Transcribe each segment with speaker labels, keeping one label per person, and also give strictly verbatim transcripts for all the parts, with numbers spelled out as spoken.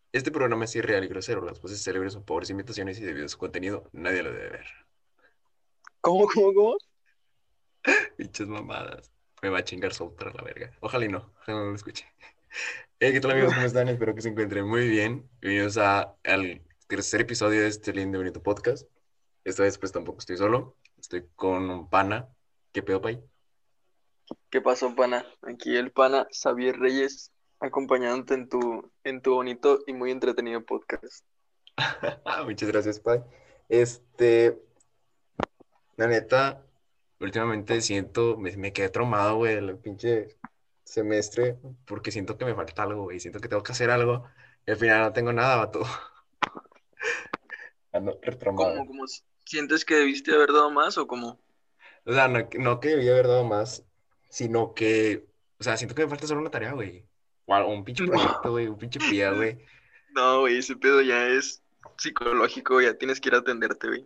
Speaker 1: Este programa es irreal y grosero. Las voces célebres son pobres imitaciones y debido a su contenido, nadie lo debe ver.
Speaker 2: ¿Cómo, cómo, cómo?
Speaker 1: Pinches mamadas. Me va a chingar Souter la verga. Ojalá y no. Ojalá no lo escuche. Hey, ¿qué tal amigos? ¿Cómo están? Espero que se encuentren muy bien. Bienvenidos a, al tercer episodio de este lindo y bonito podcast. Esta vez pues tampoco estoy solo. Estoy con un pana. ¿Qué pedo, pay?
Speaker 2: ¿Qué pasó, pana? Aquí el pana Xavier Reyes, acompañándote en tu, en tu bonito y muy entretenido podcast.
Speaker 1: Muchas gracias, pay. Este, la neta, últimamente siento, me, me quedé traumado, güey, el pinche semestre, porque siento que me falta algo, güey. Siento que tengo que hacer algo y al final no tengo nada, vato. Ando retraumado.
Speaker 2: ¿Cómo, cómo s- sientes que debiste haber dado más o cómo?
Speaker 1: O sea, no, no que debía haber dado más, sino que, o sea, siento que me falta solo una tarea, güey. O algo- un pinche proyecto, güey, un pinche P I A, güey.
Speaker 2: No, güey, ese pedo ya es psicológico, ya tienes que ir a atenderte, güey.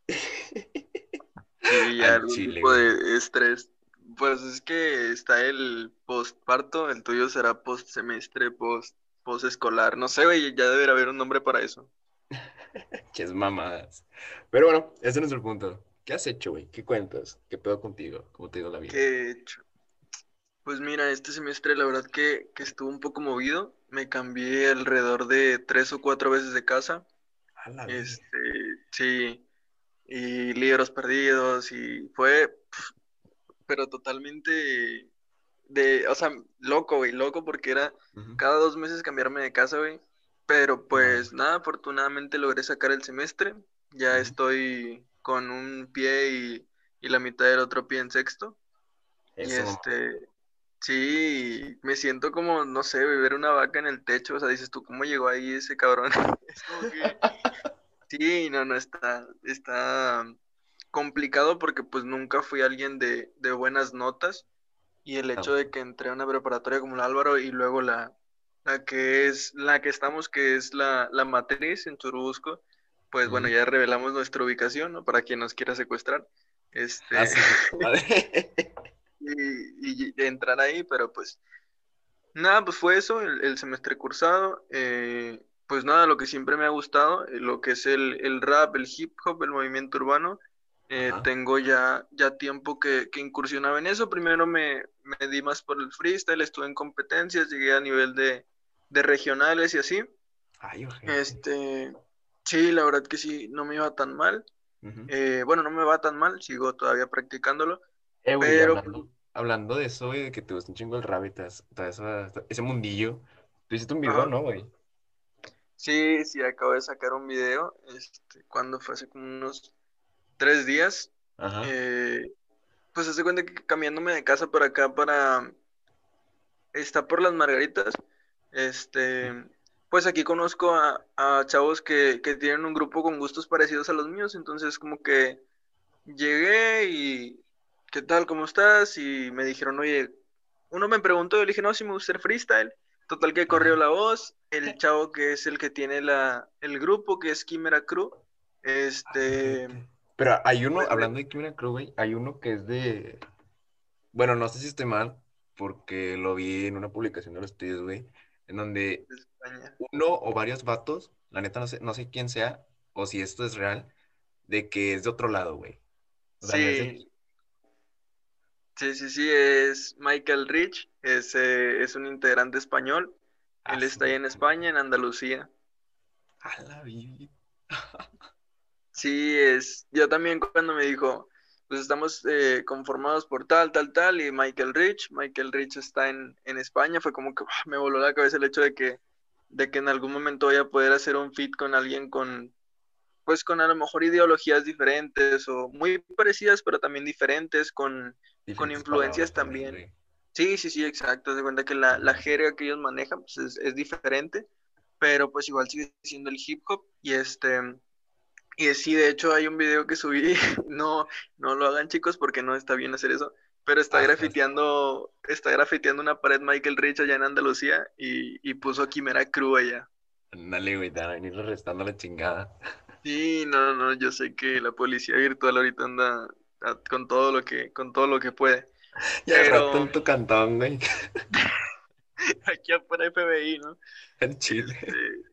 Speaker 2: Sí, ya
Speaker 1: Al
Speaker 2: algún
Speaker 1: chile,
Speaker 2: tipo
Speaker 1: güey.
Speaker 2: de estrés. Pues es que está el postparto, el tuyo será post semestre, post, post escolar. No sé, güey, ya debería haber un nombre para eso.
Speaker 1: Ches mamadas. Pero bueno, ese no es el punto. ¿Qué has hecho, güey? ¿Qué cuentas? ¿Qué pedo contigo? ¿Cómo te ha ido la vida?
Speaker 2: ¿Qué Pues mira, este semestre la verdad que, que estuvo un poco movido. Me cambié alrededor de tres o cuatro veces de casa.
Speaker 1: A la verga.
Speaker 2: Este, sí, y libros perdidos y fue, pero totalmente de, o sea, loco, güey, loco porque era
Speaker 1: Ujú.
Speaker 2: cada dos meses cambiarme de casa, güey. Pero
Speaker 1: No,
Speaker 2: pues nada, afortunadamente logré sacar el semestre. Ya
Speaker 1: ujú.
Speaker 2: estoy con un pie y, y la mitad del otro pie en sexto. Y
Speaker 1: Eso, mamá.
Speaker 2: este, sí, me siento como, no sé, ver una vaca en el techo, o sea, dices tú, ¿cómo llegó ahí ese cabrón? Es como que, sí, no, no, está, está complicado porque pues nunca fui alguien de, de buenas notas y el hecho
Speaker 1: No.
Speaker 2: de que entré a una preparatoria como la Álvaro y luego la, la que es, la que estamos, que es la, la matriz en Churubusco, pues bueno,
Speaker 1: Ujú.
Speaker 2: ya revelamos nuestra ubicación, ¿no? Para quien nos quiera secuestrar,
Speaker 1: Ah,
Speaker 2: este,
Speaker 1: sí, sí. Madre.
Speaker 2: y, y entrar ahí, pero pues nada, pues fue eso, el, el semestre cursado. Eh, pues nada, lo que siempre me ha gustado, eh, lo que es el, el rap, el hip hop, el movimiento urbano. Eh,
Speaker 1: Ajá.
Speaker 2: tengo ya, ya tiempo que, que incursionaba en eso. Primero me, me di más por el freestyle, estuve en competencias, llegué a nivel de, de regionales y así.
Speaker 1: Ay, ojete.
Speaker 2: Este, sí, la verdad que sí, no me iba tan mal.
Speaker 1: Ujú.
Speaker 2: Eh, bueno, no me va tan mal, sigo todavía practicándolo,
Speaker 1: Eh, güey,
Speaker 2: pero pues,
Speaker 1: hablando, hablando de eso, güey, de que te gusta un chingo el rap y todo eso- todo eso- ese mundillo. Tú hiciste un video,
Speaker 2: ajá.
Speaker 1: ¿no, güey?
Speaker 2: Sí, sí, acabo de sacar un video, este, cuando fue hace como unos tres días.
Speaker 1: Ajá.
Speaker 2: Eh, pues hace cuenta que cambiándome de casa por acá para, está por las Margaritas, este, pues aquí conozco a, a chavos que, que tienen un grupo con gustos parecidos a los míos, entonces como que llegué y, ¿qué tal? ¿Cómo estás? Y me dijeron, oye, uno me preguntó, yo le dije, no, sí me gusta el freestyle. Total que corrió
Speaker 1: Ajá.
Speaker 2: la voz, el chavo que es el que tiene la, el grupo, que es Quimera Crew,
Speaker 1: Ay,
Speaker 2: este,
Speaker 1: ojete. Pero hay uno,
Speaker 2: pues me...
Speaker 1: hablando de Criminal Crew, güey, hay uno que es de. Bueno, no sé si estoy mal, porque lo vi en una publicación de los tíos, güey, en donde
Speaker 2: de España.
Speaker 1: uno o varios vatos, la neta no sé, no sé quién sea, o si esto es real, de que es de otro lado, güey. O sea, no es de
Speaker 2: Sí,
Speaker 1: aquí.
Speaker 2: sí, sí, sí, es Michael Rich, es, eh, es un integrante español,
Speaker 1: Ah,
Speaker 2: él
Speaker 1: su
Speaker 2: está ahí en España, en Andalucía.
Speaker 1: A la vida.
Speaker 2: Sí, es, yo también cuando me dijo, pues estamos eh, conformados por tal, tal, tal, y Michael Rich, Michael Rich está en, en España, fue como que ¡ah! Me voló la cabeza el hecho de que, de que en algún momento voy a poder hacer un fit con alguien con, pues con a lo mejor ideologías diferentes o muy parecidas, pero también diferentes, con, con
Speaker 1: Diferentes palabras
Speaker 2: influencias
Speaker 1: también,
Speaker 2: también.
Speaker 1: güey.
Speaker 2: Sí, sí, sí, exacto, haz de cuenta que la, la
Speaker 1: Ujú.
Speaker 2: jerga que ellos manejan pues es, es diferente, pero pues igual sigue siendo el hip hop y este... Y sí, de hecho hay un video que subí, no, no lo hagan chicos porque no está bien hacer eso, pero está
Speaker 1: Ajá.
Speaker 2: grafiteando, está grafiteando una pared Michael Rich allá en Andalucía y, y puso Quimera Crew allá.
Speaker 1: Ándale, güey, te van a venir restando la chingada.
Speaker 2: Sí, no, no, yo sé que la policía virtual ahorita anda a- con todo lo que, con todo lo que puede,
Speaker 1: Y al rato
Speaker 2: pero
Speaker 1: en tu cantón, güey.
Speaker 2: aquí afuera F B I, ¿no?
Speaker 1: En
Speaker 2: Este,
Speaker 1: Chile.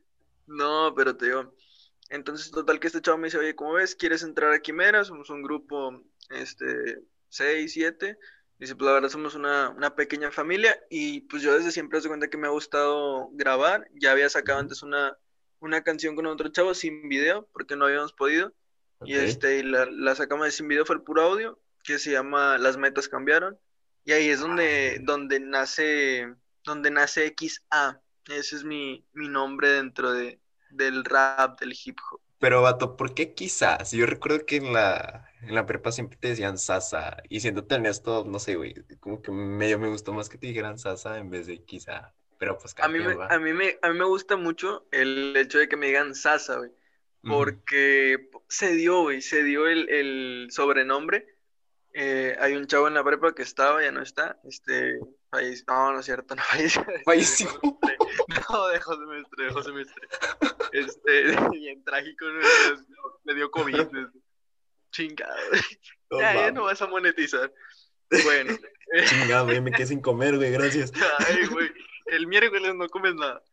Speaker 2: No, pero te digo, entonces total que este chavo me dice, oye, ¿cómo ves? ¿Quieres entrar a Quimera? Somos un grupo, este, seis, siete. Dice, pues la verdad somos una, una pequeña familia y pues yo desde siempre se cuenta que me ha gustado grabar. Ya había sacado
Speaker 1: Ujú.
Speaker 2: antes una, una canción con otro chavo sin video porque no habíamos podido. Y
Speaker 1: Ok.
Speaker 2: este, y la, la sacamos de sin video, fue el puro audio, que se llama Las metas cambiaron. Y ahí es donde,
Speaker 1: Ay,
Speaker 2: donde nace, donde nace X A. Ese es mi, mi nombre dentro de, del rap, del hip hop.
Speaker 1: pero vato, ¿por qué quizás? Yo recuerdo que en la, en la prepa siempre te decían Sasa, y siéndote honesto, no sé, güey, como que medio me gustó más que te dijeran Sasa en vez de quizá, pero pues
Speaker 2: A
Speaker 1: cada
Speaker 2: mí
Speaker 1: quien
Speaker 2: me,
Speaker 1: va.
Speaker 2: a mí me, a mí me gusta mucho el hecho de que me digan Sasa, güey,
Speaker 1: Ujú.
Speaker 2: porque se dio, güey, se dio el, el sobrenombre. Eh, hay un chavo en la prepa que estaba, ya no está, este, falleció, no, no es cierto, no falleció, este, dejó
Speaker 1: Buenísimo.
Speaker 2: semestre, no, dejó semestre, dejó semestre, este, bien trágico, ¿no? Entonces, le dio COVID, chingado,
Speaker 1: No
Speaker 2: ya, ya no
Speaker 1: mames.
Speaker 2: vas a monetizar. Bueno,
Speaker 1: Chingado, ya me quedé sin comer, güey, gracias.
Speaker 2: ay, güey, el miércoles no comes nada.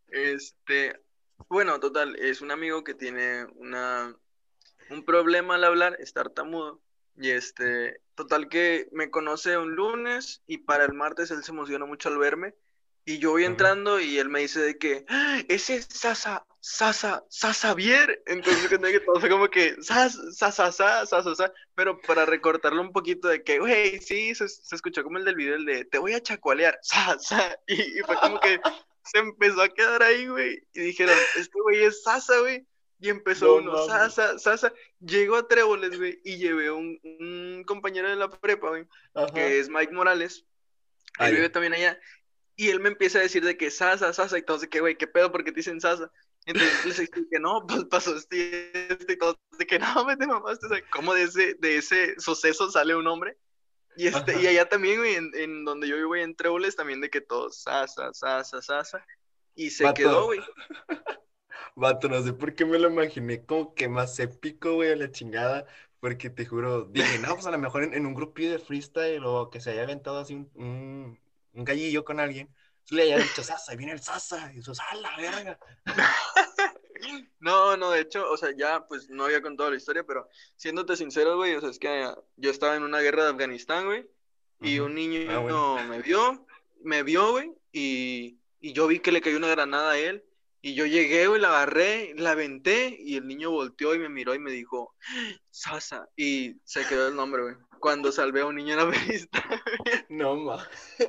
Speaker 2: Este, bueno, total, es un amigo que tiene una, un problema al hablar, es tartamudo. Y este, total que me conoce un lunes y para el martes él se emociona mucho al verme. Y yo voy
Speaker 1: Ujú.
Speaker 2: entrando y él me dice de que, "Ah, ese es Sasa, Sasa, Sasa Vier". Entonces cuando que todo fue como que, Sas, Sasa, Sasa, Sasa, Sasa. Pero para recortarlo un poquito de que, güey, sí, se, se escuchó como el del video, el de, te voy a chacualear, Sasa. Y, y fue como que se empezó a quedar ahí, güey. Y dijeron, este güey es Sasa, güey. Y empezó
Speaker 1: No
Speaker 2: uno,
Speaker 1: mames.
Speaker 2: Sasa, Sasa. Llegó a Tréboles, güey, y llevé un, un compañero de la prepa, güey,
Speaker 1: Ajá.
Speaker 2: que es Mike Morales.
Speaker 1: Ah,
Speaker 2: Él vive
Speaker 1: ya.
Speaker 2: también allá. Y él me empieza a decir de que Sasa, Sasa, y todos de que, güey, ¿qué pedo? ¿Por qué te dicen Sasa? Entonces les expliqué, no, pues pasó este, este, y todos de que no, me te mamaste, o sea, ¿cómo de ese, de ese suceso sale un hombre? Y, este, y
Speaker 1: Ajá.
Speaker 2: allá también, güey, en, en donde yo vivo, en Tréboles, también de que todos Sasa, Sasa, Sasa. Y se quedó,
Speaker 1: Vato,
Speaker 2: güey.
Speaker 1: vato, no sé por qué me lo imaginé como que más épico, güey, a la chingada. Porque te juro, dije, no, pues a lo mejor en, en un grupillo de freestyle o que se haya aventado así un, un, un gallillo con alguien, pues le haya dicho Sasa, y viene el Sasa, y eso, ¡a la verga!
Speaker 2: No, no, de hecho, o sea, ya pues no había contado la historia, pero siéndote sincero, güey, o sea, es que yo estaba en una guerra de Afganistán, güey, y
Speaker 1: Ujú.
Speaker 2: un
Speaker 1: Ah, bueno.
Speaker 2: niño me vio, me vio, güey, y, y yo vi que le cayó una granada a él, y yo llegué, güey, la agarré, la aventé, y el niño volteó y me miró y me dijo, Sasa, y se quedó el nombre, güey, cuando salvé a un niño en Afganistán.
Speaker 1: No, ma.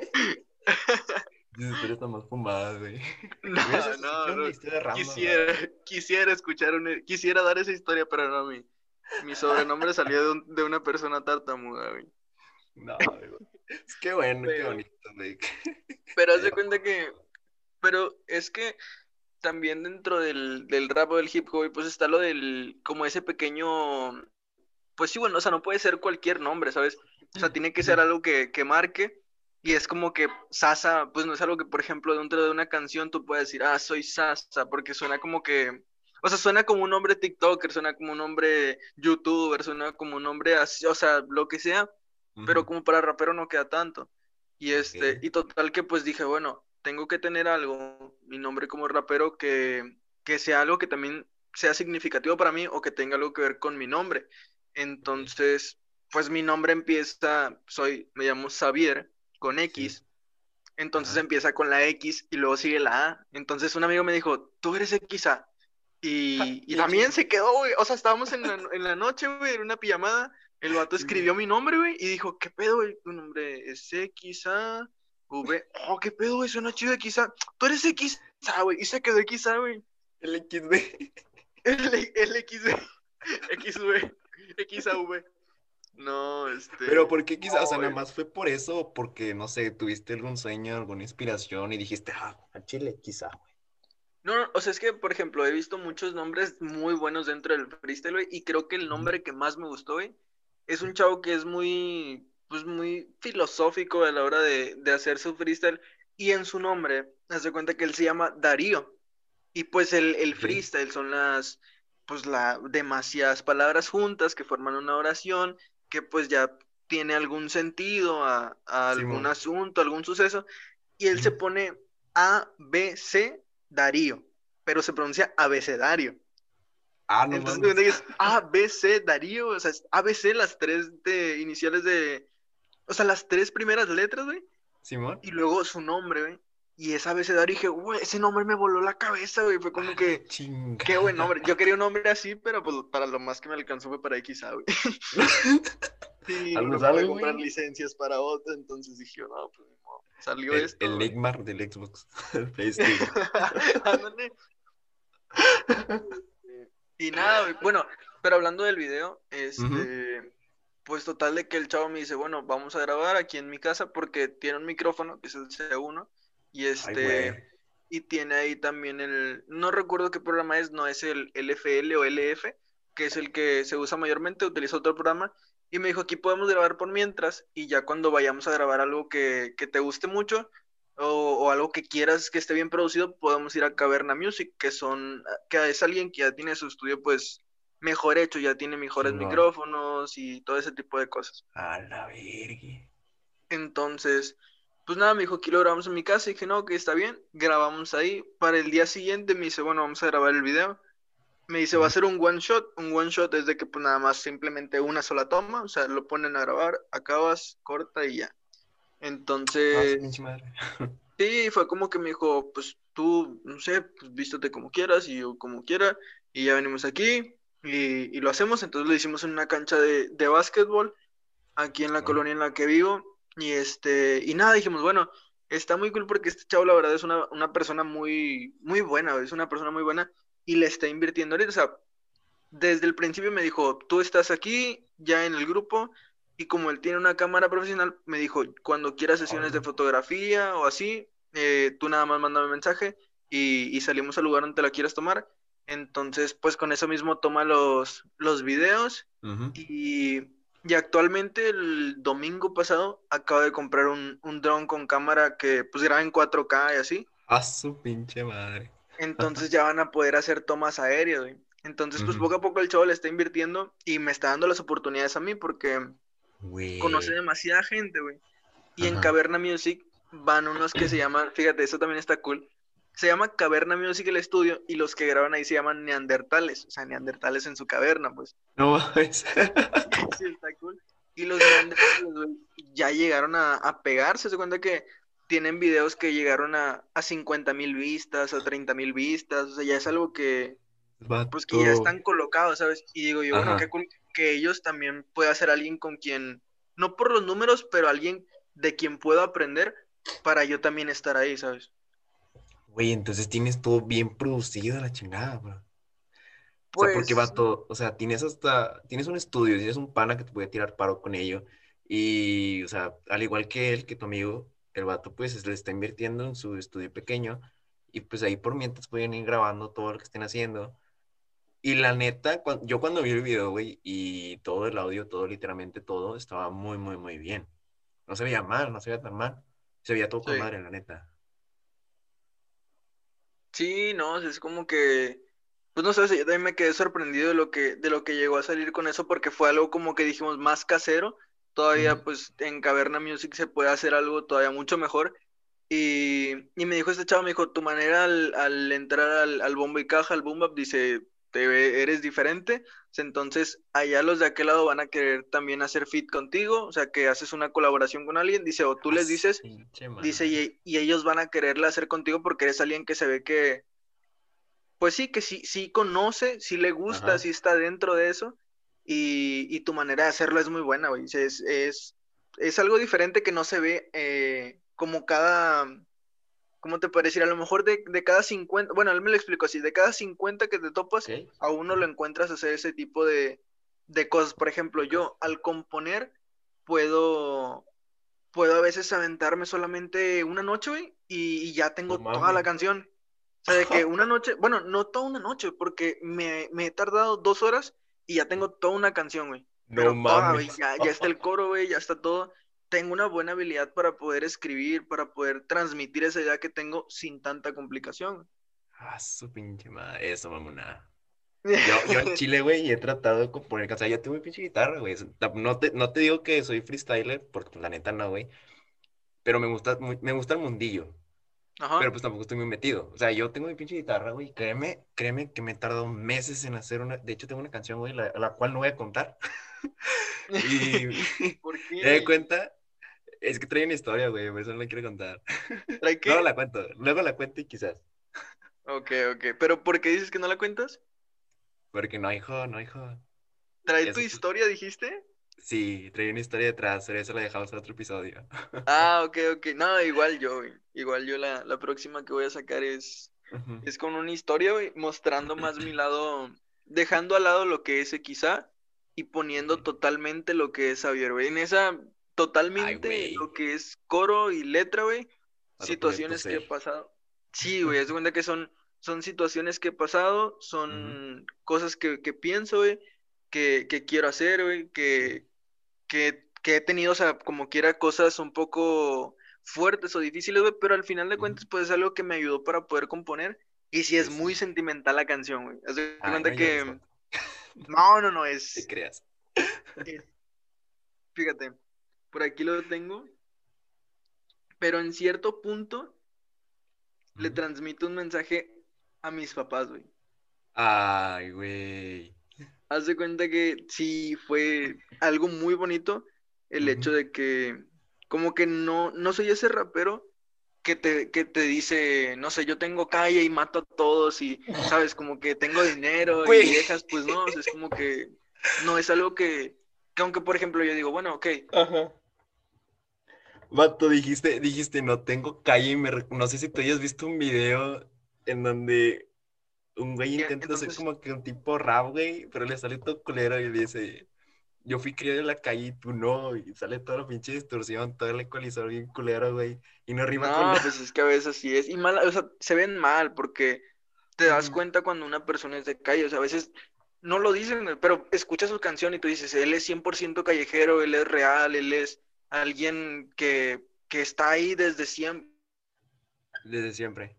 Speaker 1: Esa historia está más fumada, güey.
Speaker 2: No,
Speaker 1: Hubiera sido su
Speaker 2: no,
Speaker 1: sección de
Speaker 2: no,
Speaker 1: historia random, la
Speaker 2: quisiera,
Speaker 1: verdad.
Speaker 2: quisiera escuchar, una, quisiera dar esa historia, pero no, mi, mi sobrenombre salió de, un- de una persona tartamuda, güey.
Speaker 1: No, güey. Es que bueno, qué
Speaker 2: Pero,
Speaker 1: bonito, güey.
Speaker 2: pero haz
Speaker 1: Me
Speaker 2: de
Speaker 1: dio
Speaker 2: cuenta que, pero es que también dentro del, del rap o del hip hop, pues está lo del, como ese pequeño, pues sí, bueno, o sea, no puede ser cualquier nombre, ¿sabes? O sea, tiene que ser algo que, que marque, y es como que Sasa, pues no es algo que, por ejemplo, dentro de una canción tú puedes decir, ah, soy Sasa, porque suena como que, o sea, suena como un nombre TikToker, suena como un nombre YouTuber, suena como un nombre así, o sea, lo que sea, pero
Speaker 1: Ujú.
Speaker 2: como para rapero no queda tanto. Y
Speaker 1: Ok.
Speaker 2: este, y total que pues dije, bueno, tengo que tener algo, mi nombre como rapero, que, que sea algo que también sea significativo para mí o que tenga algo que ver con mi nombre.
Speaker 1: Ok.
Speaker 2: Entonces, pues mi nombre empieza, soy, me llamo Xavier con
Speaker 1: Sí.
Speaker 2: X, entonces
Speaker 1: Ajá.
Speaker 2: empieza con la X y luego sigue la A. Entonces un amigo me dijo, tú eres X A. Y, y
Speaker 1: Qué
Speaker 2: también
Speaker 1: chido.
Speaker 2: se quedó, güey. O sea, estábamos en la, en la noche, güey, en una pijamada. El vato
Speaker 1: Simón.
Speaker 2: escribió mi nombre, güey, y dijo, ¿qué pedo, güey? Tu nombre es X A V. Oh, ¿qué pedo, güey? Suena chido X A. Tú eres X A, güey. Y se quedó X A, güey.
Speaker 1: El equis de.
Speaker 2: El, el X, X V, X A V. No,
Speaker 1: Pero
Speaker 2: este.
Speaker 1: ¿por qué quizás? O sea,
Speaker 2: No,
Speaker 1: nada
Speaker 2: güey.
Speaker 1: más fue por eso, o porque, no sé, tuviste algún sueño, alguna inspiración y dijiste, ah, a Chile, quizá, güey.
Speaker 2: No, no, o sea, es que, por ejemplo, he visto muchos nombres muy buenos dentro del freestyle, güey, y creo que el
Speaker 1: Ujú.
Speaker 2: nombre que más me gustó, güey, es un chavo que es muy, pues, muy filosófico a la hora de, de hacer su freestyle, y en su nombre, haz de cuenta que él se llama Darío, y pues el, el
Speaker 1: Ok.
Speaker 2: freestyle son las, pues, la, demasiadas palabras juntas que forman una oración, que pues ya tiene algún sentido a, a algún
Speaker 1: Simón.
Speaker 2: asunto, algún suceso, y él se
Speaker 1: Ujú.
Speaker 2: pone A, B, C, Darío. pero se pronuncia abecedario.
Speaker 1: Ah, no
Speaker 2: Entonces
Speaker 1: mames.
Speaker 2: es A, B, C, Darío, o sea, es A, B, C, las tres de, iniciales de, o sea, las tres primeras letras, güey,
Speaker 1: Simón.
Speaker 2: y luego su nombre, güey, y es abecedario, y dije, güey, ese nombre me voló la cabeza, güey, fue
Speaker 1: A
Speaker 2: como
Speaker 1: la
Speaker 2: que, qué buen
Speaker 1: chingada.
Speaker 2: nombre, yo quería un nombre así, pero pues para lo más que me alcanzó fue para X A, güey. Sí, no
Speaker 1: Algo
Speaker 2: me
Speaker 1: sale,
Speaker 2: pude comprar
Speaker 1: güey.
Speaker 2: licencias para otro, entonces dije, no, pues no, salió
Speaker 1: El,
Speaker 2: esto,
Speaker 1: el
Speaker 2: güey.
Speaker 1: Neymar del Xbox. PlayStation.
Speaker 2: Ándale. Este, Y nada, güey, bueno, pero hablando del video,
Speaker 1: Ujú.
Speaker 2: este, pues total de que el chavo me dice, bueno, vamos a grabar aquí en mi casa porque tiene un micrófono, que es el C uno, y
Speaker 1: Ay,
Speaker 2: este,
Speaker 1: güey.
Speaker 2: y tiene ahí también el, no recuerdo qué programa es, no es el L F L o L F, que es el que se usa mayormente, utiliza otro programa, y me dijo, aquí podemos grabar por mientras, y ya cuando vayamos a grabar algo que, que te guste mucho, o, o algo que quieras que esté bien producido, podemos ir a Caverna Music, que son, que es alguien que ya tiene su estudio, pues, mejor hecho, ya tiene mejores
Speaker 1: Chingón.
Speaker 2: micrófonos y todo ese tipo de cosas.
Speaker 1: A la verga.
Speaker 2: Entonces, pues nada, me dijo, aquí lo grabamos en mi casa, y dije, no, que está bien, grabamos ahí. Para el día siguiente me dice, bueno, vamos a grabar el video. Me dice, va a
Speaker 1: Ujú.
Speaker 2: ser un one shot. Un one shot es de que pues nada más simplemente una sola toma, o sea, lo ponen a grabar, acabas, corta y ya.
Speaker 1: Ah, su pinche
Speaker 2: Entonces,
Speaker 1: madre.
Speaker 2: sí, fue como que me dijo, pues tú, no sé, pues vístete como quieras y yo como quiera, y ya venimos aquí y, y lo hacemos. Entonces lo hicimos en una cancha de, de básquetbol aquí en la
Speaker 1: Simón.
Speaker 2: colonia en la que vivo. Y este, y nada, dijimos, bueno, está muy cool porque este chavo, la verdad, es una, una persona muy, muy buena, es una persona muy buena y le está invirtiendo ahorita. O sea, desde el principio me dijo, tú estás aquí ya en el grupo. Y como él tiene una cámara profesional, me dijo, cuando quieras sesiones de
Speaker 1: Hola.
Speaker 2: fotografía o así, eh, tú nada más mándame mensaje y, y salimos al lugar donde te la quieras tomar. Entonces, pues con eso mismo toma los, los videos
Speaker 1: Ujú.
Speaker 2: y, y actualmente el domingo pasado acabo de comprar un, un dron con cámara que pues graba en cuatro K y así.
Speaker 1: A su pinche madre.
Speaker 2: Entonces ya van a poder hacer tomas aéreas, güey. Entonces, pues
Speaker 1: Ujú.
Speaker 2: poco a poco el chavo le está invirtiendo y me está dando las oportunidades a mí porque conoce
Speaker 1: Güey.
Speaker 2: demasiada gente, güey. Y en
Speaker 1: Ajá.
Speaker 2: Caverna Music van unos que se llaman, fíjate, eso también está cool. Se llama Caverna Music el estudio y los que graban ahí se llaman neandertales, o sea, neandertales en su caverna, pues.
Speaker 1: No mames.
Speaker 2: Sí, está cool. Y los neandertales, güey, ya llegaron a, a pegarse. Se cuenta que tienen videos que llegaron a, a cincuenta mil vistas, a treinta mil vistas. O sea, ya es algo que, pues que
Speaker 1: Vato.
Speaker 2: ya están colocados, ¿sabes? Y digo yo, bueno, qué
Speaker 1: Ajá.
Speaker 2: cool que ellos también pueda ser alguien con quien, no por los números, pero alguien de quien puedo aprender para yo también estar ahí, ¿sabes?
Speaker 1: Güey, entonces tienes todo bien producido la chingada, bro. O sea, porque
Speaker 2: Pues
Speaker 1: vato, o sea, tienes hasta, tienes un estudio, tienes un pana que te puede tirar paro con ello. Y, o sea, al igual que él, que tu amigo, el vato, pues, es- le está invirtiendo en su estudio pequeño. Y pues ahí por mientras pueden ir grabando todo lo que estén haciendo. Y la neta, cuan- yo cuando vi el video, güey, y todo el audio, todo, literalmente todo, estaba muy, muy, muy bien. No se veía mal, no se veía tan mal. Se veía todo con
Speaker 2: sí.
Speaker 1: madre, la neta.
Speaker 2: Sí, no, es como que, pues no sé, yo también me quedé sorprendido de lo que, de lo que llegó a salir con eso, porque fue algo como que dijimos más casero.
Speaker 1: Ujú.
Speaker 2: Todavía, pues en Caverna Music se puede hacer algo todavía mucho mejor. Y, y me dijo este chavo, me dijo, tu manera al, al entrar al, al bombo y caja, al boom bap, dice, te ve- eres diferente. Entonces, allá los de aquel lado van a querer también hacer fit contigo, o sea, que haces una colaboración con alguien, dice, o tú
Speaker 1: A
Speaker 2: les
Speaker 1: su
Speaker 2: dices.
Speaker 1: pinche
Speaker 2: Dice,
Speaker 1: madre.
Speaker 2: y, y ellos van a quererla hacer contigo porque eres alguien que se ve que, pues sí, que sí, sí conoce, sí le gusta,
Speaker 1: Ajá.
Speaker 2: sí está dentro de eso. Y, y tu manera de hacerlo es muy buena, güey. Dice, Es, es, es algo diferente que no se ve eh, como cada, ¿cómo te puedo decir? A lo mejor de, de cada cincuenta, bueno, él me lo explicó así, de cada cincuenta que te
Speaker 1: Ok.
Speaker 2: topas, a uno lo
Speaker 1: Ajá.
Speaker 2: encuentras hacer ese tipo de, de cosas. Por ejemplo, yo al componer puedo puedo a veces aventarme solamente una noche, güey, y, y ya
Speaker 1: No
Speaker 2: tengo toda la
Speaker 1: mames.
Speaker 2: canción. O sea, de que una noche, bueno, no toda una noche, porque me, me he tardado dos horas y ya tengo toda una canción, güey.
Speaker 1: No
Speaker 2: Pero toda, güey,
Speaker 1: mames.
Speaker 2: ya, ya está el coro, güey, ya está todo. Tengo una buena habilidad para poder escribir, para poder transmitir esa idea que tengo sin tanta complicación.
Speaker 1: A su pinche madre. Eso, mamona.
Speaker 2: güey.
Speaker 1: Yo, yo al chile, güey, he tratado de componer, o sea, yo tengo mi pinche guitarra, güey. No te, no te digo que soy freestyler, porque pues, la neta no, güey. Pero me gusta, mu- me gusta el mundillo.
Speaker 2: Ajá.
Speaker 1: pero pues tampoco estoy muy metido. O sea, yo tengo mi pinche guitarra, güey, créeme, créeme que me he tardado meses en hacer una, de hecho tengo una canción, güey, la, la cual no voy a contar. Y
Speaker 2: ¿Por
Speaker 1: me doy
Speaker 2: qué?
Speaker 1: cuenta, es que trae una historia, güey, por eso no la quiero contar.
Speaker 2: ¿Trae
Speaker 1: Luego
Speaker 2: qué?
Speaker 1: la cuento, luego la cuento y quizás.
Speaker 2: Ok, ok. ¿Pero por qué dices que no la cuentas?
Speaker 1: Porque no, hijo, no, hijo.
Speaker 2: ¿Trae tu
Speaker 1: Eso,
Speaker 2: historia, dijiste?
Speaker 1: sí, trae una historia detrás, pero eso la dejamos para otro episodio.
Speaker 2: Ah, ok, ok. No, igual yo, güey. Igual yo la, la próxima que voy a sacar es,
Speaker 1: Ujú.
Speaker 2: es con una historia, güey, mostrando más mi lado, dejando al lado lo que es quizá y poniendo
Speaker 1: Ok.
Speaker 2: totalmente lo que es Xavier, güey. En esa,
Speaker 1: Ay,
Speaker 2: totalmente
Speaker 1: güey,
Speaker 2: lo que es coro y letra, güey,
Speaker 1: vas a poner tu
Speaker 2: situaciones que he
Speaker 1: ser.
Speaker 2: pasado. Sí, güey, haz de cuenta que son, son situaciones que he pasado,
Speaker 1: Ujú.
Speaker 2: son cosas que, que pienso, güey, que, que quiero hacer, güey,
Speaker 1: Sí,
Speaker 2: que que, que he tenido, o sea, como quiera, cosas un poco fuertes o difíciles, güey, pero al final de
Speaker 1: ujú.
Speaker 2: cuentas, pues es algo que me ayudó para poder componer. Y sí es
Speaker 1: Pues
Speaker 2: muy
Speaker 1: sí.
Speaker 2: sentimental la canción, güey. Haz de
Speaker 1: Ay, no
Speaker 2: cuenta
Speaker 1: llores,
Speaker 2: que,
Speaker 1: vato.
Speaker 2: no, no, no,
Speaker 1: Te
Speaker 2: es,
Speaker 1: creas.
Speaker 2: es- fíjate, por aquí lo tengo, pero en cierto punto le
Speaker 1: Ujú.
Speaker 2: transmito un mensaje a mis papás, güey.
Speaker 1: Ay, güey.
Speaker 2: Haz de cuenta que sí fue algo muy bonito el
Speaker 1: Ujú.
Speaker 2: hecho de que, como que no, no soy ese rapero que te, que te dice, no sé, yo tengo calle y mato a todos y, sabes, como que tengo dinero y
Speaker 1: Güey.
Speaker 2: viejas, pues no, o sea, es como que no es algo que, que aunque por ejemplo yo digo, bueno, ok,
Speaker 1: Ajá. Vato, dijiste, dijiste, no tengo calle y me... re- No sé si tú hayas visto un video en donde un güey
Speaker 2: y
Speaker 1: intenta hacer
Speaker 2: entonces,
Speaker 1: como que un tipo rap, güey, pero le sale todo culero y le dice, yo fui criado en la calle y tú no, y sale toda la pinche distorsión, todo el ecualizador bien culero, güey, y no rima con
Speaker 2: no,
Speaker 1: nada.
Speaker 2: pues es que a veces sí es, y mal, o sea, se ven mal porque te das
Speaker 1: Ujú.
Speaker 2: cuenta cuando una persona es de calle, o sea, a veces no lo dicen, pero escuchas su canción y tú dices, él es cien por ciento callejero, él es real, él es alguien que, que está ahí desde siempre
Speaker 1: Desde siempre.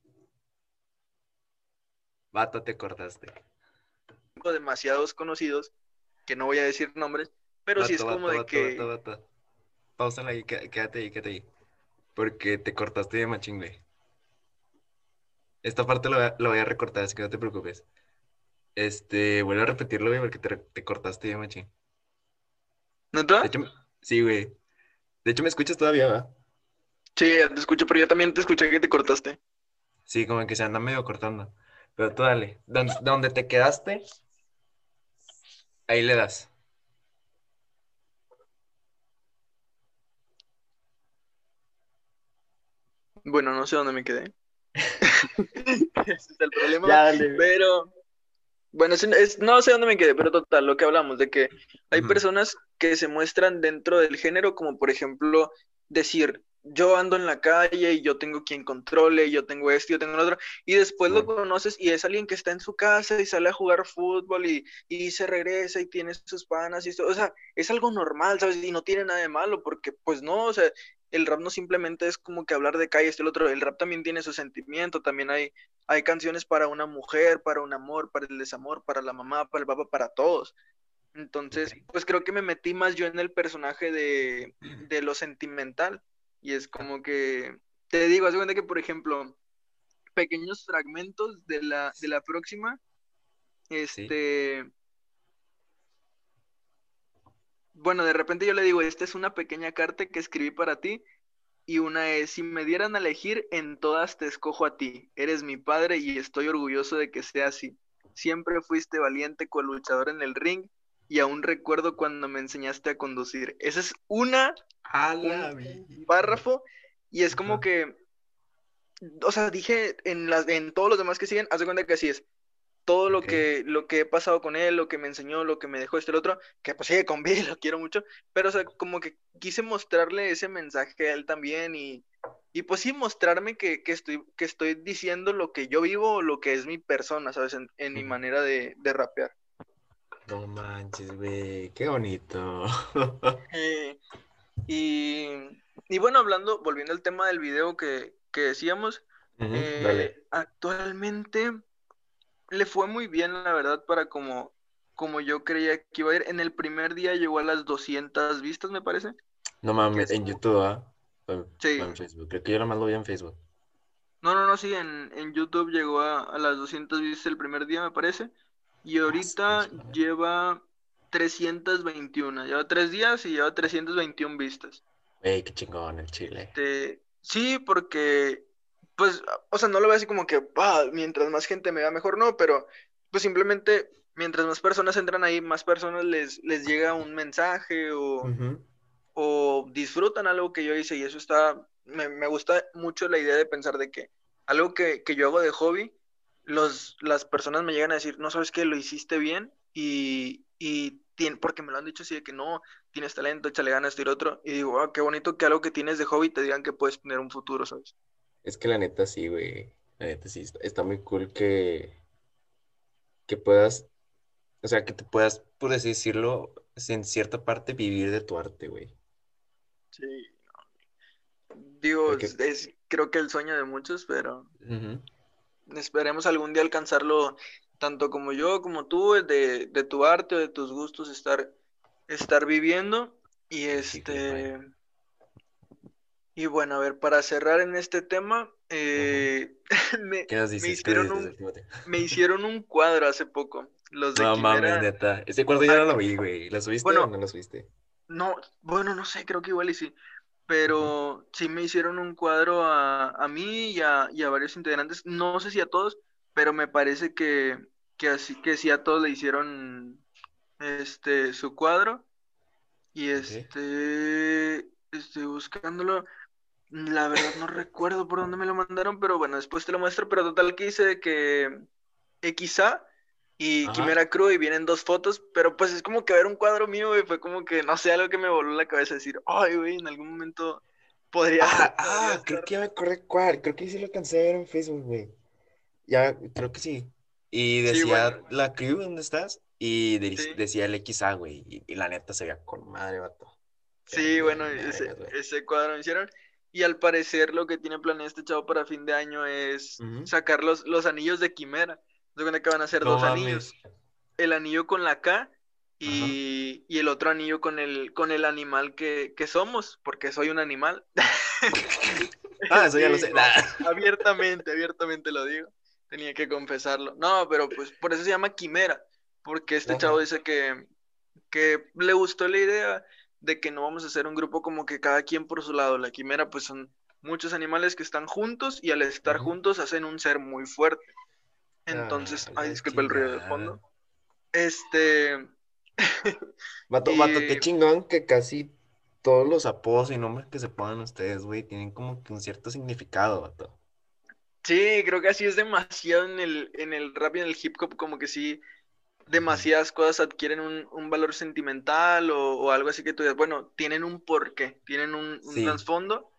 Speaker 1: Vato, te cortaste.
Speaker 2: demasiados conocidos, que no voy a decir nombres, pero sí es
Speaker 1: Vato,
Speaker 2: como
Speaker 1: vato,
Speaker 2: de
Speaker 1: vato, vato,
Speaker 2: que,
Speaker 1: vato. Páusala ahí, qué- quédate ahí, quédate ahí. Porque te cortaste de machín, güey. Esta parte la voy a, la voy a recortar, así que no te preocupes. Este, vuelvo a repetirlo, güey, porque te, te cortaste de machín. De
Speaker 2: ¿neta?
Speaker 1: hecho, sí, güey. De hecho, me escuchas todavía, ¿va?
Speaker 2: Sí, ya te escucho, pero yo también te escuché que te cortaste.
Speaker 1: Sí, como que se anda medio cortando. Pero tú dale. Don- Donde te quedaste, ahí le das.
Speaker 2: Bueno, no sé dónde me quedé. Ese es el problema,
Speaker 1: Ya, dale, güey.
Speaker 2: pero bueno, es, es- no sé dónde me quedé, pero total, lo que hablamos de que hay
Speaker 1: Ujú.
Speaker 2: personas que se muestran dentro del género, como por ejemplo decir, yo ando en la calle y yo tengo quien controle, yo tengo esto, yo tengo lo otro, y después lo
Speaker 1: Simón.
Speaker 2: conoces y es alguien que está en su casa y sale a jugar fútbol y, y se regresa y tiene sus panas y esto, o sea, es algo normal, ¿sabes? Y no tiene nada de malo, porque pues no, o sea, el rap no simplemente es como que hablar de calle, esto y lo otro, el rap también tiene su sentimiento, también hay hay canciones para una mujer, para un amor, para el desamor, para la mamá, para el papá, para todos.
Speaker 1: Ok.
Speaker 2: Entonces, pues creo que me metí más yo en el personaje de, de lo sentimental. Y es
Speaker 1: Ah,
Speaker 2: como que, te digo, haz de cuenta que, por ejemplo, pequeños fragmentos de la, de la próxima,
Speaker 1: sí.
Speaker 2: este, bueno, de repente yo le digo, esta es una pequeña carta que escribí para ti. Y una es, si me dieran a elegir, en todas te escojo a ti. Eres mi padre y estoy orgulloso de que sea así. Siempre fuiste valiente con luchador en el ring y aún recuerdo cuando me enseñaste a conducir. Esa es una,
Speaker 1: A la
Speaker 2: un, un
Speaker 1: virgen.
Speaker 2: párrafo y es como
Speaker 1: Ajá.
Speaker 2: que, o sea, dije en las, en todos los demás que siguen, haz de cuenta que así es todo lo
Speaker 1: Ok.
Speaker 2: que, lo que he pasado con él, lo que me enseñó, lo que me dejó este y el otro, que pues sigue con Bill, lo quiero mucho, pero o sea, como que quise mostrarle ese mensaje a él también y, y pues sí mostrarme que, que estoy, que estoy diciendo lo que yo vivo, lo que es mi persona, ¿sabes? En, en mi
Speaker 1: Ujú.
Speaker 2: manera de, de rapear.
Speaker 1: No manches, güey. Qué bonito.
Speaker 2: Eh, y, y bueno, hablando, volviendo al tema del video que, que decíamos,
Speaker 1: Ujú.
Speaker 2: eh,
Speaker 1: Dale.
Speaker 2: actualmente le fue muy bien, la verdad, para como, como yo creía que iba a ir. En el primer día llegó a las doscientas vistas, me parece,
Speaker 1: No
Speaker 2: que
Speaker 1: mames,
Speaker 2: es
Speaker 1: en
Speaker 2: como,
Speaker 1: YouTube, ¿ah? O o
Speaker 2: sí,
Speaker 1: en Facebook. Creo que yo nomás lo vi en Facebook.
Speaker 2: No, no, no, sí, en, en YouTube llegó a, a las doscientas vistas el primer día, me parece. Y
Speaker 1: Ah, su
Speaker 2: ahorita
Speaker 1: pinche madre.
Speaker 2: lleva trescientos veintiuno. Lleva tres días y lleva trescientos veintiuna vistas.
Speaker 1: Güey, qué chingón el chile.
Speaker 2: Este, sí, porque, pues, o sea, no lo veo así como que, "Ah, mientras más gente me vea mejor", no, pero, pues simplemente, mientras más personas entran ahí, más personas les, les llega un mensaje o,
Speaker 1: Ujú.
Speaker 2: o disfrutan algo que yo hice y eso está, me, me gusta mucho la idea de pensar de que algo que, que yo hago de hobby, los, las personas me llegan a decir, no sabes qué, lo hiciste bien y, y tien- porque me lo han dicho así de que no, tienes talento, échale ganas, esto y lo otro, y digo, ah, qué bonito que algo que tienes de hobby te digan que puedes tener un futuro, ¿sabes?
Speaker 1: Es que la neta sí, güey. La neta sí, está, está muy cool que, que puedas, o sea, que te puedas, por así decirlo, en cierta parte vivir de tu arte, güey.
Speaker 2: Sí, digo,
Speaker 1: Porque,
Speaker 2: es, es creo que el sueño de muchos, pero
Speaker 1: ujú,
Speaker 2: esperemos algún día alcanzarlo, tanto como yo, como tú, de, de tu arte o de tus gustos, estar, estar viviendo. Y
Speaker 1: el chile, güey.
Speaker 2: este, y bueno, a ver, para cerrar en este tema,
Speaker 1: Ujú.
Speaker 2: eh, me,
Speaker 1: ¿Qué nos
Speaker 2: me
Speaker 1: dices? ¿Qué nos
Speaker 2: hicieron
Speaker 1: dices,
Speaker 2: un,
Speaker 1: el Timoteo?
Speaker 2: me hicieron un cuadro hace poco, los de
Speaker 1: No mames,
Speaker 2: Quimera.
Speaker 1: neta. Ese cuarto yo no lo
Speaker 2: Aquí,
Speaker 1: vi, güey. ¿Lo subiste o
Speaker 2: bueno,
Speaker 1: no lo subiste?
Speaker 2: no, bueno, no sé, creo que igual y sí,
Speaker 1: Ujú.
Speaker 2: pero sí me hicieron un cuadro a, a mí y a, y a varios integrantes, no sé si a todos, pero me parece que, que así que sí a todos le hicieron este su cuadro y
Speaker 1: Ok.
Speaker 2: este estoy buscándolo. La verdad no recuerdo por dónde me lo mandaron, pero bueno, después te lo muestro, pero total que hice que X A y
Speaker 1: Ajá.
Speaker 2: Quimera Crew y vienen dos fotos, pero pues es como que ver un cuadro mío, güey, fue como que, no sé, algo que me voló la cabeza decir, ay, güey, en algún momento podría,
Speaker 1: Ah,
Speaker 2: podría
Speaker 1: ah, creo
Speaker 2: estar.
Speaker 1: que ya me acordé cuál. Creo que sí lo alcancé a ver en Facebook, güey. Ya, creo que sí. Y
Speaker 2: Sí, bueno,
Speaker 1: decía la crew, ¿dónde estás? Y de-
Speaker 2: sí,
Speaker 1: decía el X A, güey. Y, y la neta se veía con madre, vato. Se veía
Speaker 2: sí, bueno,
Speaker 1: bien,
Speaker 2: ese,
Speaker 1: vergas, güey.
Speaker 2: ese cuadro me hicieron. Y al parecer lo que tiene planeado este chavo para fin de año es
Speaker 1: Ujú.
Speaker 2: sacar los, los anillos de Quimera. Se cuenta que van a ser
Speaker 1: No
Speaker 2: dos anillos.
Speaker 1: mames.
Speaker 2: El anillo con la K
Speaker 1: Ajá.
Speaker 2: y, y el otro anillo con el, con el animal que, que somos, porque soy un animal.
Speaker 1: Ah, eso ya lo
Speaker 2: Sí,
Speaker 1: sé.
Speaker 2: no, abiertamente, abiertamente lo digo. Tenía que confesarlo. No, pero pues por eso se llama Quimera, porque este chavo
Speaker 1: Ajá.
Speaker 2: dice que, que le gustó la idea de que no vamos a hacer un grupo como que cada quien por su lado. La Quimera pues son muchos animales que están juntos y al estar
Speaker 1: Ujú.
Speaker 2: juntos hacen un ser muy fuerte.
Speaker 1: Ah,
Speaker 2: Entonces, ay,
Speaker 1: la
Speaker 2: disculpa el ruido de
Speaker 1: chingada.
Speaker 2: fondo. Este,
Speaker 1: Vato, vato, qué
Speaker 2: y
Speaker 1: chingón que casi todos los apodos y nombres que se pongan ustedes, güey, tienen como que un cierto significado, vato.
Speaker 2: sí, creo que así es demasiado en el, en el rap y en el hip hop, como que sí,
Speaker 1: Ujú.
Speaker 2: demasiadas cosas adquieren un, un valor sentimental o, o algo así que tú digas, bueno, tienen un porqué, tienen un, un
Speaker 1: Sí.
Speaker 2: trasfondo.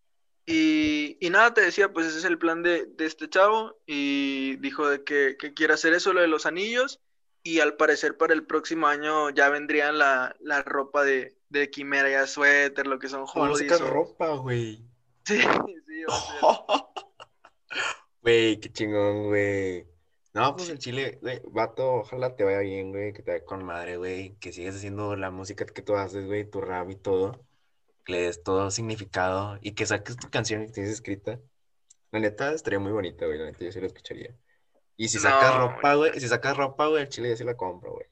Speaker 2: Y, y nada, te decía, pues ese es el plan de, de este chavo y dijo de que, que quiere hacer eso, lo de los anillos, y al parecer para el próximo año ya vendrían la, la ropa de, de Quimera, ya suéter, lo que son
Speaker 1: Van a sacar
Speaker 2: hoodies o...
Speaker 1: ropa, güey.
Speaker 2: Sí, sí, va a ser.
Speaker 1: Güey, qué chingón, güey. No, pues
Speaker 2: Sí,
Speaker 1: el chile, güey, vato, ojalá te vaya bien, güey, que te vaya con madre, güey, que sigas haciendo la música que tú haces, güey, tu rap y todo, que le des todo significado y que saques tu canción que tienes escrita. La neta, estaría muy bonita, güey, la neta, yo sí la escucharía. Y si sacas
Speaker 2: no,
Speaker 1: ropa, güey, si sacas ropa, güey, el chile yo sí la compro, güey.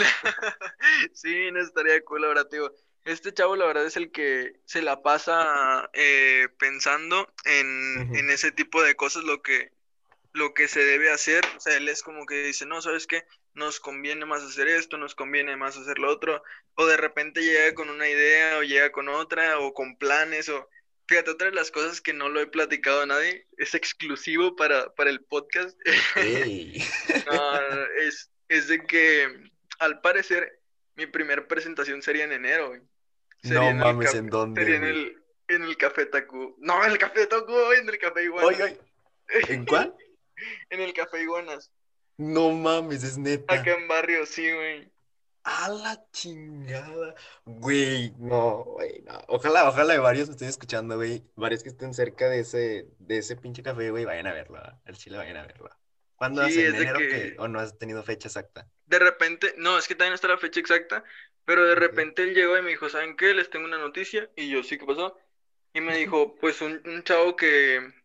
Speaker 2: sí, no estaría cool, ahora, tío. Este chavo, la verdad, es el que se la pasa eh, pensando en,
Speaker 1: Ujú.
Speaker 2: en ese tipo de cosas, lo que, lo que se debe hacer. O sea, él es como que dice, no, ¿sabes qué? Nos conviene más hacer esto, nos conviene más hacer lo otro. O de repente llega con una idea, o llega con otra, o con planes, o... Fíjate, otra de las cosas que no lo he platicado a nadie, es exclusivo para, para el podcast.
Speaker 1: Ey.
Speaker 2: No, es, es de que al parecer mi primera presentación sería en enero, güey. Sería
Speaker 1: No
Speaker 2: en el
Speaker 1: mames,
Speaker 2: café,
Speaker 1: ¿en dónde,
Speaker 2: sería en
Speaker 1: güey?
Speaker 2: el, en el Café Tacu. No, en el Café Tacu, güey, en el Café
Speaker 1: Oye,
Speaker 2: Iguanas.
Speaker 1: oye, ¿en cuál?
Speaker 2: En el Café Iguanas.
Speaker 1: No mames, es neta.
Speaker 2: Acá en Barrio, sí, güey.
Speaker 1: A la chingada. Güey, no, güey, no. Ojalá, ojalá de varios me estén escuchando, güey. Varios que estén cerca de ese, de ese pinche café, güey, vayan a verlo. ¿Va? El Chile vayan a verlo. ¿Cuándo
Speaker 2: Sí,
Speaker 1: hacen?
Speaker 2: es
Speaker 1: ¿En
Speaker 2: de
Speaker 1: enero que
Speaker 2: que
Speaker 1: o no has tenido fecha exacta?
Speaker 2: de repente, no, es que también no está la fecha exacta, pero de
Speaker 1: Ok.
Speaker 2: repente él llegó y me dijo, ¿saben qué? Les tengo una noticia. Y yo, sí, ¿qué pasó? Y me dijo, pues un, un chavo que,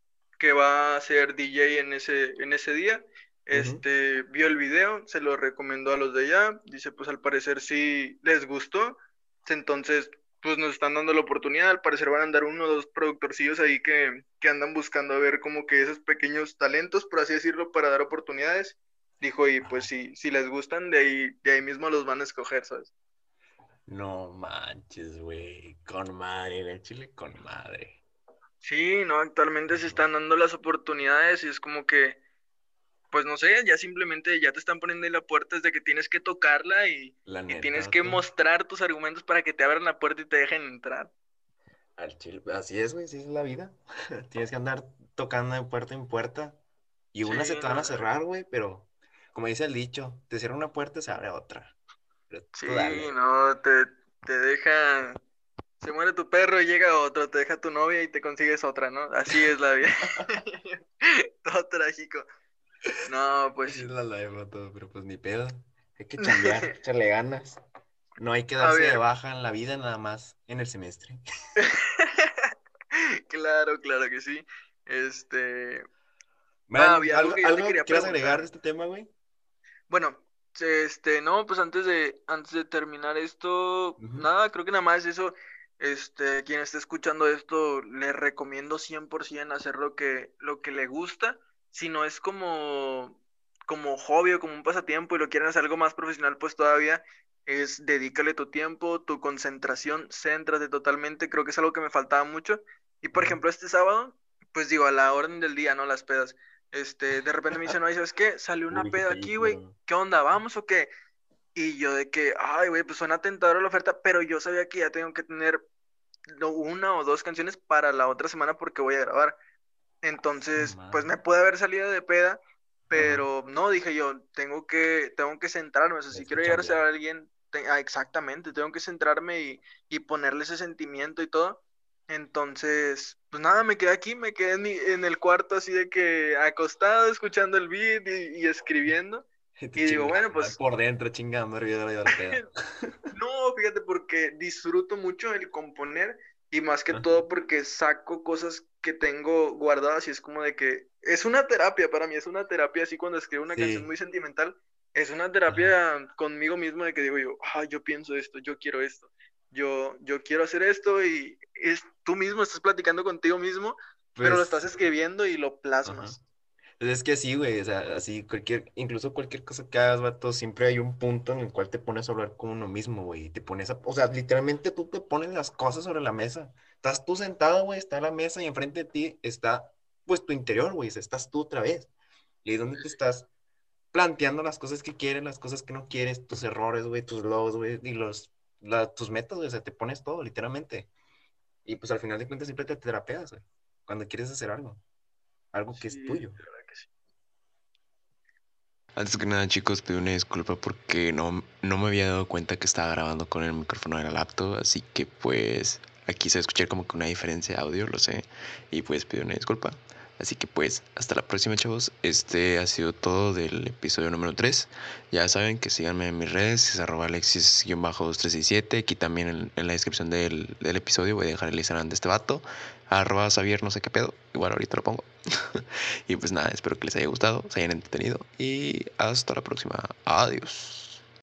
Speaker 2: que va a ser D J en ese, en ese día.
Speaker 1: Ujú.
Speaker 2: Este, vio el video, se lo recomendó a los de allá, dice, pues al parecer sí les gustó, entonces pues nos están dando la oportunidad, al parecer van a andar uno o dos productorcillos ahí que, que andan buscando a ver como que esos pequeños talentos, por así decirlo, para dar oportunidades. Dijo, y pues si, si les gustan, de ahí, de ahí mismo los van a escoger, ¿sabes?
Speaker 1: No manches, güey. Con madre, en el chile con madre.
Speaker 2: Sí, no, actualmente se están dando las oportunidades y es como que, pues no sé, ya simplemente ya te están poniendo ahí la puerta desde que tienes que tocarla y,
Speaker 1: La
Speaker 2: y
Speaker 1: neta,
Speaker 2: tienes que
Speaker 1: vato.
Speaker 2: mostrar tus argumentos para que te abran la puerta y te dejen entrar.
Speaker 1: Al chile. Así es, güey, así es la vida. Tienes que andar tocando de puerta en puerta. Y
Speaker 2: Sí,
Speaker 1: unas se te van
Speaker 2: no,
Speaker 1: a cerrar, güey, pero como dice el dicho, te cierra una puerta, se abre otra. Pero
Speaker 2: sí,
Speaker 1: tú dale.
Speaker 2: no, te, te deja, se muere tu perro y llega otro, te deja tu novia y te consigues otra, ¿no? Así es la vida. Todo trágico. No, pues
Speaker 1: Así es
Speaker 2: sí.
Speaker 1: la life, vato, pero pues ni pedo. Hay que chambear, echarle ganas. No hay que
Speaker 2: A
Speaker 1: darse de
Speaker 2: ver,
Speaker 1: baja en la vida nada más en el semestre.
Speaker 2: claro, claro que sí. Este, ah,
Speaker 1: Man,
Speaker 2: había algo
Speaker 1: ¿algo,
Speaker 2: que yo te
Speaker 1: algo que
Speaker 2: quería
Speaker 1: quieras agregar de
Speaker 2: preguntar.
Speaker 1: este tema, güey?
Speaker 2: Bueno, este, no, pues antes de, antes de terminar esto,
Speaker 1: Ujú.
Speaker 2: nada, creo que nada más eso, este, quien esté escuchando esto, le recomiendo cien por ciento hacer lo que, lo que le gusta, si no es como, como hobby o como un pasatiempo y lo quieren hacer algo más profesional, pues todavía es dedícale tu tiempo, tu concentración, céntrate totalmente, creo que es algo que me faltaba mucho, y por
Speaker 1: Ujú.
Speaker 2: ejemplo este sábado, pues digo, a la orden del día, ¿no? Las pedas. Este, de repente me dicen, no, ¿sabes qué? Salió una
Speaker 1: Uy, qué
Speaker 2: peda aquí, güey.
Speaker 1: peligro.
Speaker 2: ¿Qué onda? ¿Vamos o qué? Y yo de que, ay, güey, pues suena tentadora la oferta, pero yo sabía que ya tengo que tener lo- una o dos canciones para la otra semana porque voy a grabar.
Speaker 1: Su
Speaker 2: Entonces, pues
Speaker 1: madre.
Speaker 2: me puede haber salido de peda,
Speaker 1: Ajá.
Speaker 2: pero no, dije yo, tengo que, tengo que centrarme. O sea, si
Speaker 1: Es que
Speaker 2: quiero llegar a ser
Speaker 1: chambear.
Speaker 2: alguien, te- ah, exactamente, tengo que centrarme y, y ponerle ese sentimiento y todo. Entonces, pues nada, me quedé aquí, me quedé en, mi- en el cuarto así de que acostado, escuchando el beat y, y escribiendo.
Speaker 1: Y te
Speaker 2: Y digo, bueno,
Speaker 1: chingando,
Speaker 2: pues
Speaker 1: por dentro chingando, arriba de la peda.
Speaker 2: no, fíjate, porque disfruto mucho el componer y más que
Speaker 1: Ajá.
Speaker 2: todo porque saco cosas que tengo guardadas y es como de que es una terapia para mí, es una terapia así cuando escribo una canción
Speaker 1: Sí.
Speaker 2: muy sentimental, es una
Speaker 1: Ajá.
Speaker 2: terapia conmigo mismo de que digo yo, ah, yo pienso esto, yo quiero esto, yo, yo quiero hacer esto y es tú mismo estás platicando contigo mismo, pero lo estás
Speaker 1: Pues,
Speaker 2: escribiendo y lo
Speaker 1: ajá.
Speaker 2: plasmas.
Speaker 1: Pues es que sí, güey, o sea, así cualquier, incluso cualquier cosa que hagas, vato, siempre hay un punto en el cual te pones a hablar con uno mismo, güey, y te pones a, o sea, literalmente tú te pones las cosas sobre la mesa. Estás tú sentado, güey, está la mesa y enfrente de ti está, pues, tu interior, güey, o sea, estás tú otra vez. Y ahí es donde te estás planteando las cosas que quieres, las cosas que no quieres, tus errores, güey, tus logros, güey, y los, la- tus metas, güey, o sea, te pones todo, literalmente. Y pues al final de cuentas siempre te terapeas, güey, cuando quieres hacer algo, algo que es
Speaker 2: Sí,
Speaker 1: tuyo.
Speaker 2: de verdad que sí.
Speaker 3: Antes que nada, chicos, pido una disculpa porque no, no me había dado cuenta que estaba grabando con el micrófono de la laptop, así que pues aquí se va a escuchar como que una diferencia de audio, lo sé, y pues pido una disculpa. Así que pues hasta la próxima, chavos. Este ha sido todo del episodio número tres. Ya saben que síganme en mis redes, es arroba alexis dos tres seis siete. Aquí también en, en la descripción del, del episodio voy a dejar el Instagram de este vato, arroba Xavier no sé qué pedo, igual ahorita lo pongo. Y pues nada, espero que les haya gustado, se hayan entretenido y hasta la próxima. Adiós.